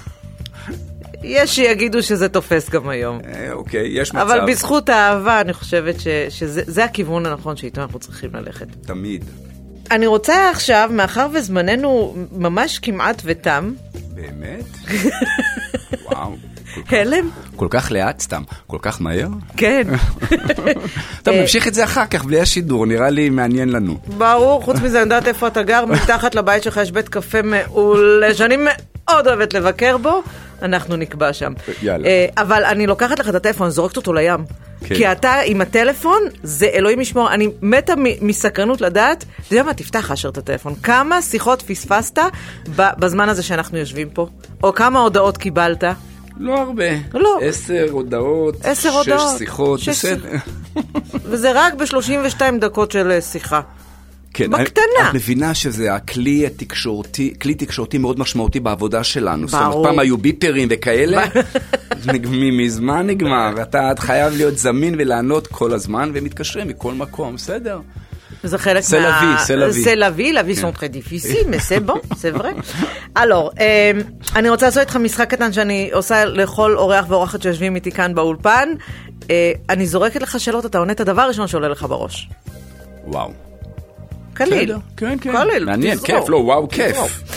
יש שיגידו שזה תופס גם היום. אוקיי, יש מצב. אבל בזכות האהבה, אני חושבת ש, שזה זה הכיוון הנכון שאיתו אנחנו צריכים ללכת. תמיד. אני רוצה עכשיו, מאחר וזמננו ממש כמעט ותם. באמת? וואו. הלם? כל כך לאט סתם, כל כך מהר? כן. טוב, נמשיך את זה אחר כך, בלי השידור, נראה לי מעניין לנו. ברור, חוץ מזה, אני יודעת איפה אתה גר, מתחת לבית שלך יש בית קפה מעולה, שאני מאוד אוהבת לבקר בו, אנחנו נקבע שם. יאללה. אבל אני לוקחת לך את הטלפון, זורקת אותו לים. כן. כי אתה עם הטלפון, זה אלוהים ישמור, אני מתה מסקרנות לדעת, אתה יודע מה, תפתח אשר את הטלפון. כמה שיחות פספסת בזמן הזה שאנחנו יושבים פה? או כמה הודעות קיבלת? לא הרבה. לא. עשר הודעות, עשר שש הודעות, שיחות, שש בסדר. וזה רק ב-שלושים ושתיים דקות של שיחה. כן, בקטנה. את מבינה שזה הכלי התקשורתי, כלי תקשורתי מאוד משמעותי בעבודה שלנו. ברור. זאת אומרת, פעם היו ביפרים וכאלה, מזמן נגמר. אתה חייב להיות זמין ולענות כל הזמן, ומתקשרים מכל מקום, בסדר? זה חלק מה... מה... C'est la vie, c'est la vie, la vie sont très difficiles, mais c'est bon, c'est vrai. Alors, אני רוצה לעשות איתך משחק קטן שאני עושה לכל אורח ואורחת שיושבים איתי כאן באולפן. אני זורקת לך שאלות, אתה עונה את הדבר הראשון שעולה לך בראש. וואו. קליל. כן, כן. קליל. מעניין, כיף, לא, וואו, כיף.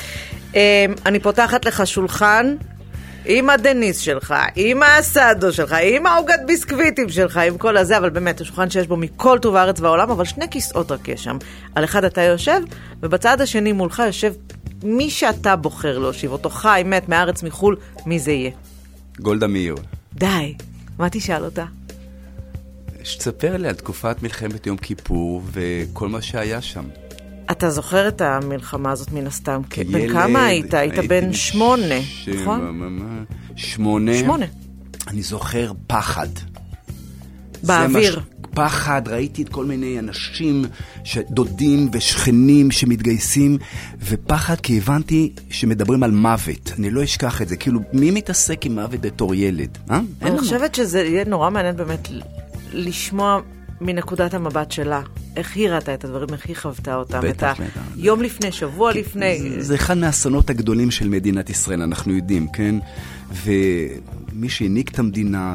אני פותחת לך שולחן עם הדניס שלך, עם האסדו שלך, עם העוגת ביסקוויטים שלך, עם כל הזה, אבל באמת, השולחן שיש בו מכל טוב הארץ והעולם, אבל שני כיסאות רק יש שם. על אחד אתה יושב, ובצד השני מולך יושב מי שאתה בוחר להושיב, אותו חי, מת, מארץ, מחול, מי זה יהיה? גולדה מאיר. די, מה תשאל אותה? שתספר לי על תקופת מלחמת יום כיפור וכל מה שהיה שם. אתה זוכר את המלחמה הזאת מן הסתם? בן כמה היית? היית בן שמונה, נכון? שמונה. שמונה. אני זוכר פחד. באוויר. פחד, ראיתי את כל מיני אנשים, דודים ושכנים שמתגייסים, ופחד כי הבנתי שמדברים על מוות. אני לא אשכח את זה. כאילו, מי מתעסק עם מוות בתור ילד? אני חושבת שזה יהיה נורא מעניין באמת לשמוע מנקודת המבט שלה. איך היא ראתה את הדברים, איך היא חוותה אותם, את היום לפני, שבוע לפני. זה אחד מהאסונות הגדולים של מדינת ישראל, אנחנו יודעים, כן? ומי שהעניק את המדינה,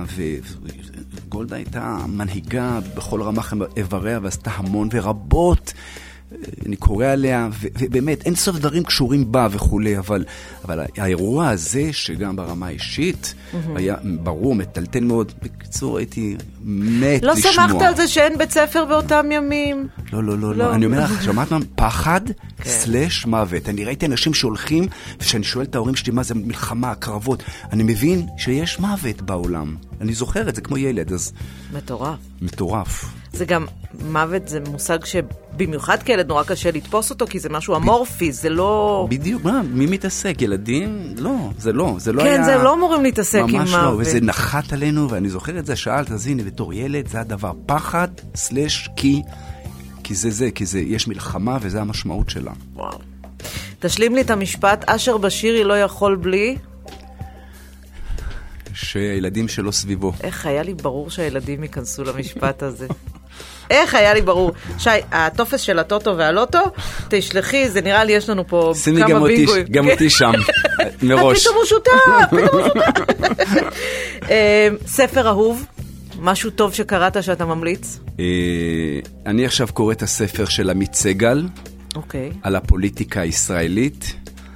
וגולדה הייתה מנהיגה בכל רמ"ח איבריה, ועשתה המון ורבות, אני קורא עליה, ו- ובאמת, אין סוף דברים קשורים בה וכולי, אבל, אבל האירוע הזה, שגם ברמה האישית, mm-hmm. היה ברור, מטלטל מאוד. בקיצור, הייתי מת לא לשמוע. לא שמחת על זה שאין בית ספר באותם ימים? לא, לא, לא, לא. אני אומר לך, שמעת מה? פחד סלש מוות. אני ראיתי אנשים שהולכים, ושאני שואל את ההורים שלי, מה זה מלחמה, קרבות, אני מבין שיש מוות בעולם. אני זוכר את זה כמו ילד, אז... מטורף. מטורף. זה גם, מוות זה מושג שבמיוחד כילד נורא קשה לתפוס אותו, כי זה משהו אמורפי, זה לא... בדיוק, מה? מי מתעסק? ילדים? לא, זה לא, זה לא כן, היה... כן, זה לא אמורים להתעסק עם מוות. ממש לא, וזה נחת עלינו, ואני זוכר את זה, שאלת, אז הנה, בתור ילד, זה הדבר פחד, סלש, כי, כי זה זה, כי זה, יש מלחמה, וזה המשמעות שלה. וואו. תשלים לי את המשפט, אשר בשירי לא יכול בלי... שהילדים שלו סביבו. איך היה לי ברור שהילדים ייכנסו למשפט הזה? איך היה לי ברור? שי, הטופס של הטוטו והלוטו, תשלחי, זה נראה לי יש לנו פה כמה בינגויים. שימי גם אותי שם, מראש. פתאום הוא שותף, פתאום הוא שותף. ספר אהוב, משהו טוב שקראת שאתה ממליץ? אני עכשיו קורא את הספר של עמית סגל, על הפוליטיקה הישראלית,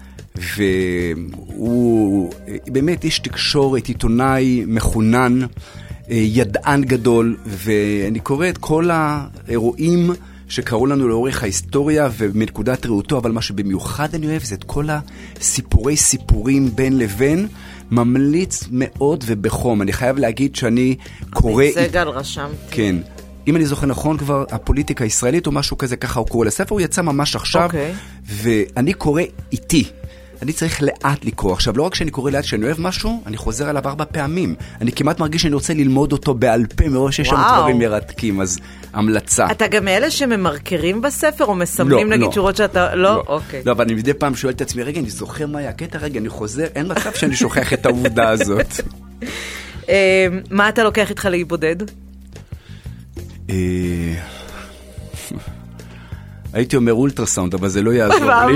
והוא באמת איש תקשורת, עיתונאי מחונן, ידען גדול, ואני קורא את כל האירועים שקראו לנו לאורך ההיסטוריה ומנקודת ראותו, אבל מה שבמיוחד אני אוהב זה את כל הסיפורי סיפורים בין לבין, ממליץ מאוד ובחום. אני חייב להגיד שאני קורא... סגל רשמתי. כן. אם אני זוכר נכון כבר, הפוליטיקה הישראלית או משהו כזה, ככה הוא קורא לספר, הוא יצא ממש עכשיו, okay. ואני קורא איתי. אני צריך לאט לקרוא. עכשיו, לא רק שאני קורא לאט, שאני אוהב משהו, אני חוזר עליו ארבע פעמים. אני כמעט מרגיש שאני רוצה ללמוד אותו בעל פה, מראש שיש שם דברים מרתקים, אז המלצה. אתה גם מאלה שממרקרים בספר, או מסמנים לא, נגיד לא. שורות שאתה... לא? לא, אוקיי. לא, אבל אני מדי פעם שואל את עצמי, רגע, אני זוכר מה היה הקטע, רגע, אני חוזר, אין מצב שאני שוכח את העובדה הזאת. מה אתה לוקח איתך להיבודד? הייתי אומר אולטרסאונד, אבל זה לא יעזור לי.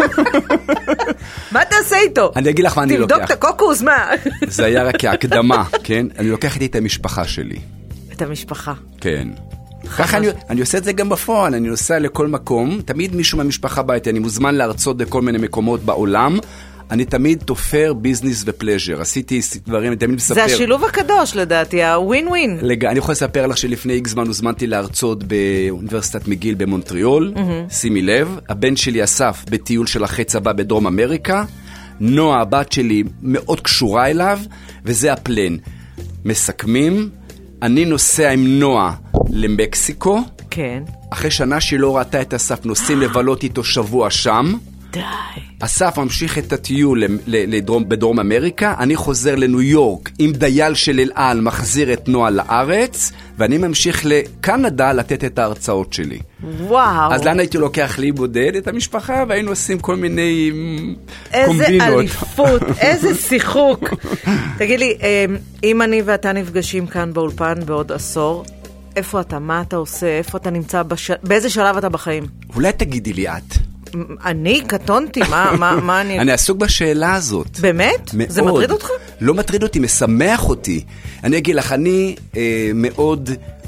מה תעשה איתו? אני אגיד לך מה אני לוקח. תבדוק את הקוקוס, מה? זה היה רק כהקדמה, כן? אני לוקח איתי את המשפחה שלי. את המשפחה? כן. ככה אני, אני עושה את זה גם בפועל, אני נוסע לכל מקום, תמיד מישהו מהמשפחה בית, אני מוזמן להרצות בכל מיני מקומות בעולם, אני תמיד תופר ביזנס ופלז'ר, עשיתי דברים, אני תמיד מספר. זה השילוב הקדוש לדעתי, הווין ווין. לג... אני יכול לספר לך שלפני איקס זמן הוזמנתי להרצות באוניברסיטת מגיל במונטריאול, mm-hmm. שימי לב, הבן שלי אסף בטיול של אחרי צבא בדרום אמריקה, נועה הבת שלי מאוד קשורה אליו, וזה הפלן. מסכמים, אני נוסע עם נועה למקסיקו, כן. אחרי שנה שהיא לא ראתה את אסף, נוסעים לבלות איתו שבוע שם, די. אסף ממשיך את הטיול לדרום, בדרום אמריקה, אני חוזר לניו יורק עם דייל של אל על, מחזיר את נועה לארץ, ואני ממשיך לקנדה לתת את ההרצאות שלי. וואו. אז לאן הייתי לוקח לי בודד את המשפחה, והיינו עושים כל מיני איזה קומבינות. איזה אליפות, איזה שיחוק. תגיד לי, אם אני ואתה נפגשים כאן באולפן בעוד עשור, איפה אתה, מה אתה עושה, איפה אתה נמצא, בש... באיזה שלב אתה בחיים? אולי תגידי לי את. אני קטונתי, מה, מה, מה אני... אני עסוק בשאלה הזאת. באמת? מאוד. זה מטריד אותך? לא מטריד אותי, משמח אותי. אני אגיד לך, אני אה, מאוד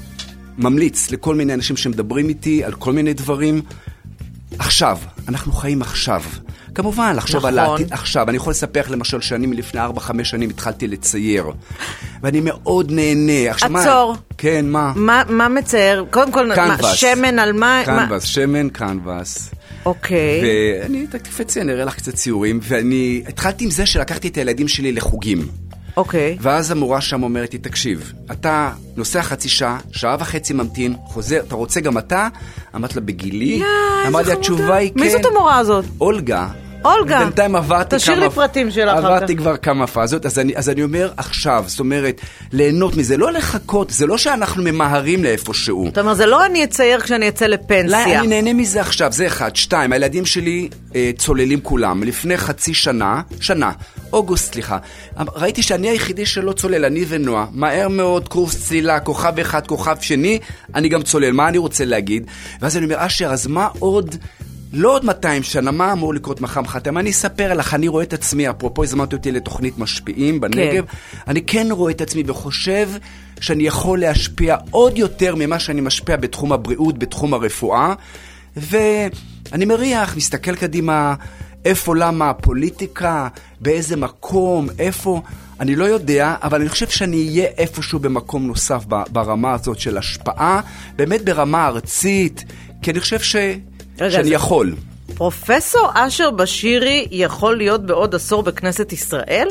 ממליץ לכל מיני אנשים שמדברים איתי על כל מיני דברים. עכשיו, אנחנו חיים עכשיו. כמובן, לחשוב נכון. על העתיד עכשיו. אני יכול לספר למשל שאני מלפני ארבע, חמש שנים התחלתי לצייר. ואני מאוד נהנה. עכשיו, עצור. מה? כן, מה? מה, מה מצייר? קודם כל, מה, שמן על מה? קנבס, מה... שמן, קנבס. אוקיי. ואני תקפצי, אני אראה לך קצת ציורים, ואני התחלתי עם זה שלקחתי את הילדים שלי לחוגים. אוקיי. ואז המורה שם אומרת לי, תקשיב, אתה נוסע חצי שעה, שעה וחצי ממתין, חוזר, אתה רוצה גם אתה? אמרת לה, בגילי? אמרת לי, התשובה היא כן. מי זאת המורה הזאת? אולגה. אולגה. בינתיים עברתי תשאיר כמה... לי פרטים שלה אחר כך. עברתי כבר כמה פאזות, אז אני, אז אני אומר עכשיו, זאת אומרת, ליהנות מזה, לא לחכות, זה לא שאנחנו ממהרים לאיפשהו. זאת אומרת, זה לא אני אצייר כשאני אצא לפנסיה. לא, אני נהנה מזה עכשיו, זה אחד. שתיים, הילדים שלי אה, צוללים כולם. לפני חצי שנה, שנה, אוגוסט, סליחה, ראיתי שאני היחידי שלא צולל, אני ונועה, מהר מאוד, קורס צלילה, כוכב אחד, כוכב שני, אני גם צולל, מה אני רוצה להגיד? ואז אני אומר, אשר, אז מה עוד... לא עוד מאתיים שנה, מה אמור לקרות מחר מחרתיים? אני אספר לך, אני רואה את עצמי, אפרופו הזמנתי אותי לתוכנית משפיעים בנגב, כן. אני כן רואה את עצמי וחושב שאני יכול להשפיע עוד יותר ממה שאני משפיע בתחום הבריאות, בתחום הרפואה, ואני מריח, מסתכל קדימה, איפה, למה, פוליטיקה, באיזה מקום, איפה, אני לא יודע, אבל אני חושב שאני אהיה איפשהו במקום נוסף ברמה הזאת של השפעה, באמת ברמה ארצית, כי אני חושב ש... רגע, שאני זה... יכול. פרופסור אשר בשירי יכול להיות בעוד עשור בכנסת ישראל?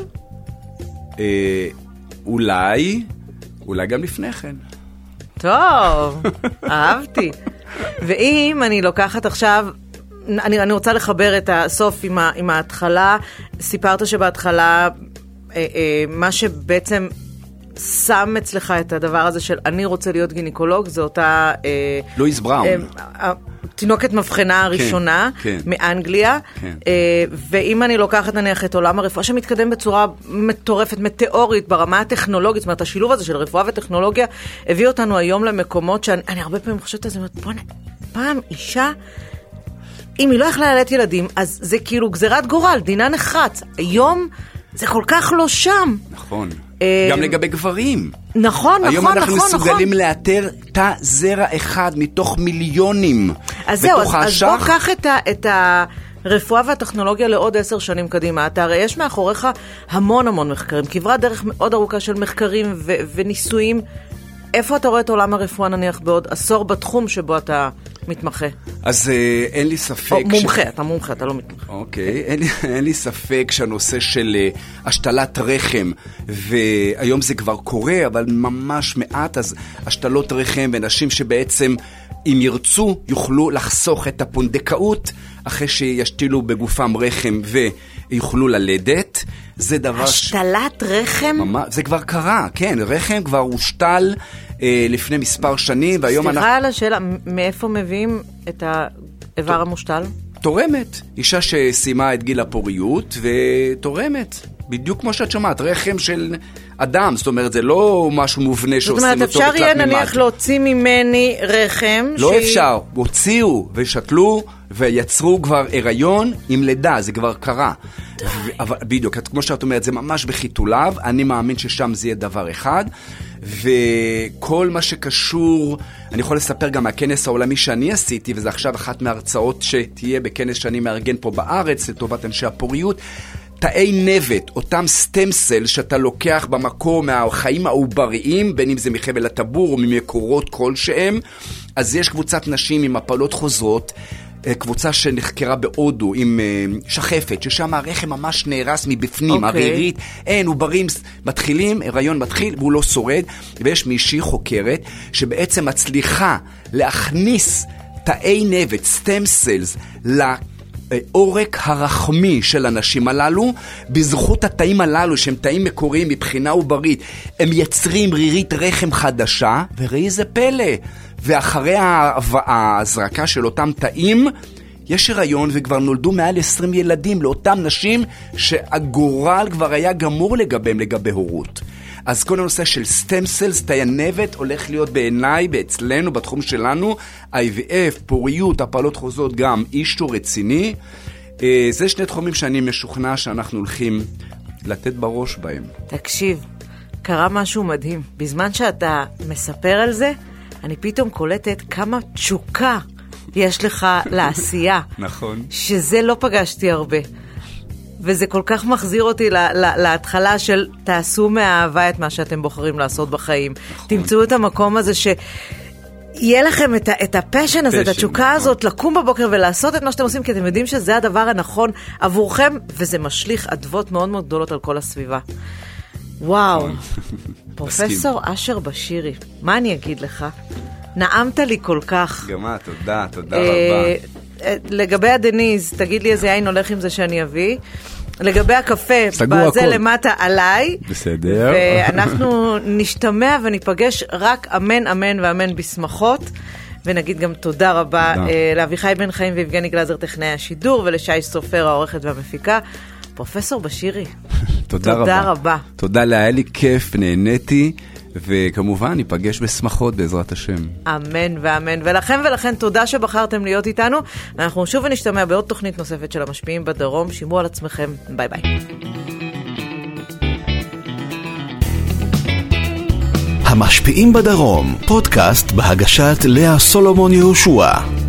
אה, אולי, אולי גם לפני כן. טוב, אהבתי. ואם אני לוקחת עכשיו, אני, אני רוצה לחבר את הסוף עם, ה, עם ההתחלה, סיפרת שבהתחלה, אה, אה, מה שבעצם שם אצלך את הדבר הזה של אני רוצה להיות גינקולוג, זה אותה... אה, לואיס בראון. אה, תינוקת מבחנה הראשונה כן, כן. מאנגליה, כן. אה, ואם אני לוקחת נניח את עולם הרפואה שמתקדם בצורה מטורפת, מטאורית, ברמה הטכנולוגית, זאת אומרת, השילוב הזה של רפואה וטכנולוגיה, הביא אותנו היום למקומות שאני אני הרבה פעמים חושבת על זה, בוא נ... פעם אישה, אם היא לא יכלה ללדת ילדים, אז זה כאילו גזירת גורל, דינה נחרץ. היום זה כל כך לא שם. נכון. גם לגבי גברים. נכון, נכון, נכון. היום אנחנו מסוגלים לאתר תא זרע אחד מתוך מיליונים. אז זהו, אז בוא קח את הרפואה והטכנולוגיה לעוד עשר שנים קדימה. אתה הרי יש מאחוריך המון המון מחקרים, כברת דרך מאוד ארוכה של מחקרים וניסויים. איפה אתה רואה את עולם הרפואה נניח בעוד עשור בתחום שבו אתה מתמחה? אז אה, אין לי ספק... או, מומחה, ש... אתה מומחה, אתה לא מתמחה. אוקיי, אין לי, אין לי ספק שהנושא של אה, השתלת רחם, והיום זה כבר קורה, אבל ממש מעט, אז השתלות רחם ונשים שבעצם, אם ירצו, יוכלו לחסוך את הפונדקאות, אחרי שישתילו בגופם רחם ויוכלו ללדת. זה דבר... השתלת ש... רחם? ממש, זה כבר קרה, כן, רחם כבר הושתל אה, לפני מספר שנים, והיום אנחנו... סליחה על השאלה, מאיפה מביאים את האיבר המושתל? תורמת. אישה שסיימה את גיל הפוריות ותורמת. בדיוק כמו שאת שומעת, רחם של אדם, זאת אומרת, זה לא משהו מובנה שעושים אותו בתלת ממד. אפשר יהיה נניח להוציא ממני רחם לא שהיא... אפשר, הוציאו ושתלו ויצרו כבר הריון עם לידה, זה כבר קרה. ו... אבל בדיוק, כמו שאת אומרת, זה ממש בחיתוליו, אני מאמין ששם זה יהיה דבר אחד, וכל מה שקשור, אני יכול לספר גם מהכנס העולמי שאני עשיתי, וזה עכשיו אחת מההרצאות שתהיה בכנס שאני מארגן פה בארץ, לטובת אנשי הפוריות, תאי נבט, אותם סטם סל שאתה לוקח במקום מהחיים העובריים, בין אם זה מחבל הטבור או ממקורות כלשהם, אז יש קבוצת נשים עם הפלות חוזרות, קבוצה שנחקרה בהודו עם שחפת, ששם הרחם ממש נהרס מבפנים, okay. הרירית, אין, עוברים מתחילים, הריון מתחיל והוא לא שורד, ויש מישהי חוקרת שבעצם מצליחה להכניס תאי נבט, סטם סלס, לעורק הרחמי של הנשים הללו, בזכות התאים הללו שהם תאים מקוריים מבחינה עוברית, הם יצרים רירית רחם חדשה, וראי זה פלא. ואחרי ההזרקה של אותם תאים, יש הריון וכבר נולדו מעל עשרים ילדים לאותם נשים שהגורל כבר היה גמור לגביהם לגבי הורות. אז כל הנושא של סטם סלס, תאי נבט, הולך להיות בעיניי, אצלנו, בתחום שלנו, איי וי אף, פוריות, הפלות חוזרות גם, אישו רציני. זה שני תחומים שאני משוכנע שאנחנו הולכים לתת בראש בהם. תקשיב, קרה משהו מדהים. בזמן שאתה מספר על זה, אני פתאום קולטת כמה תשוקה יש לך לעשייה. נכון. שזה לא פגשתי הרבה. וזה כל כך מחזיר אותי לה, לה, להתחלה של תעשו מהאהבה את מה שאתם בוחרים לעשות בחיים. נכון. תמצאו את המקום הזה שיהיה לכם את, את הפשן הזה, פשן, את התשוקה נכון. הזאת, לקום בבוקר ולעשות את מה שאתם עושים, כי אתם יודעים שזה הדבר הנכון עבורכם, וזה משליך עדבות מאוד מאוד גדולות על כל הסביבה. וואו. פרופסור אשר בשירי, מה אני אגיד לך? נעמת לי כל כך. גם את, תודה, תודה רבה. לגבי הדניז, תגיד לי איזה יין הולך עם זה שאני אביא. לגבי הקפה, בזה למטה עליי. בסדר. ואנחנו נשתמע וניפגש רק אמן, אמן ואמן בשמחות. ונגיד גם תודה רבה לאביחי בן חיים ויבגני גלזר טכנאי השידור, ולשי סופר העורכת והמפיקה. פרופסור בשירי, תודה, תודה רבה. רבה. תודה לה, היה לי כיף, נהניתי, וכמובן ניפגש בשמחות בעזרת השם. אמן ואמן. ולכם ולכן תודה שבחרתם להיות איתנו. אנחנו שוב נשתמע בעוד תוכנית נוספת של המשפיעים בדרום. שימו על עצמכם. ביי ביי. המשפיעים בדרום, פודקאסט בהגשת לאה סולומון יהושע.